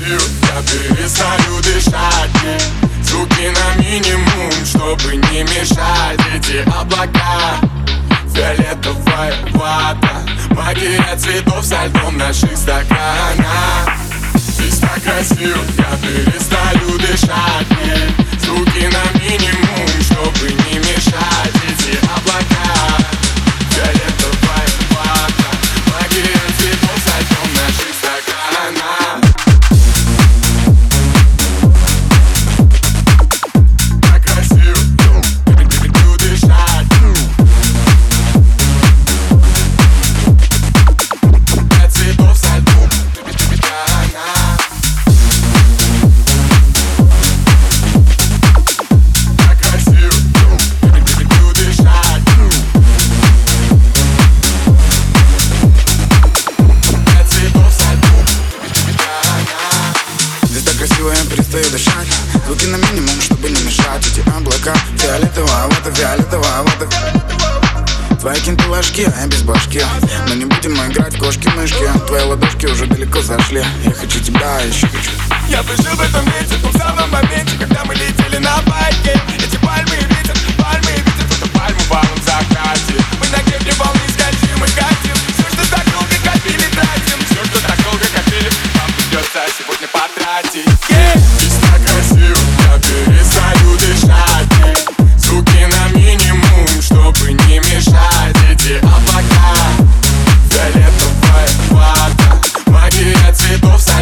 красив, я перестаю дышать. Звуки на минимум, чтобы не мешать. Эти облака, фиолетовая вата, магия цветов со льдом в наших стаканах. Здесь так красив, я перестаю дышать. Звуки на минимум, чтобы не мешать. Эти облака, фиолетовая вата, магия цветов со льдом в наших стаканах. Так красив, я перестаю дышать. Магия цветов со льдом в наших стаканах. Я перестаю дышать. Звуки на минимум, чтобы не мешать. Эти облака, фиолетовая вода, фиолетовая вода. Твои кенты ложки, а я без башки. Мы не будем играть в кошки-мышки. Твои ладошки уже далеко зашли. Я хочу тебя, еще хочу. Я бы жил в этом месте, в том самом моменте, когда мы летели на байке. Эти пальмы видят, эту пальму в алом закате. Мы на гребне волны скользим и катим. Все, что так долго копили, тратим. Все, что так долго копили, вам придется сегодня потратить. Здесь так красив, я перестаю дышать. Звуки на минимум, чтобы не мешать. Эти облака, фиолетовая вата, магия цветов.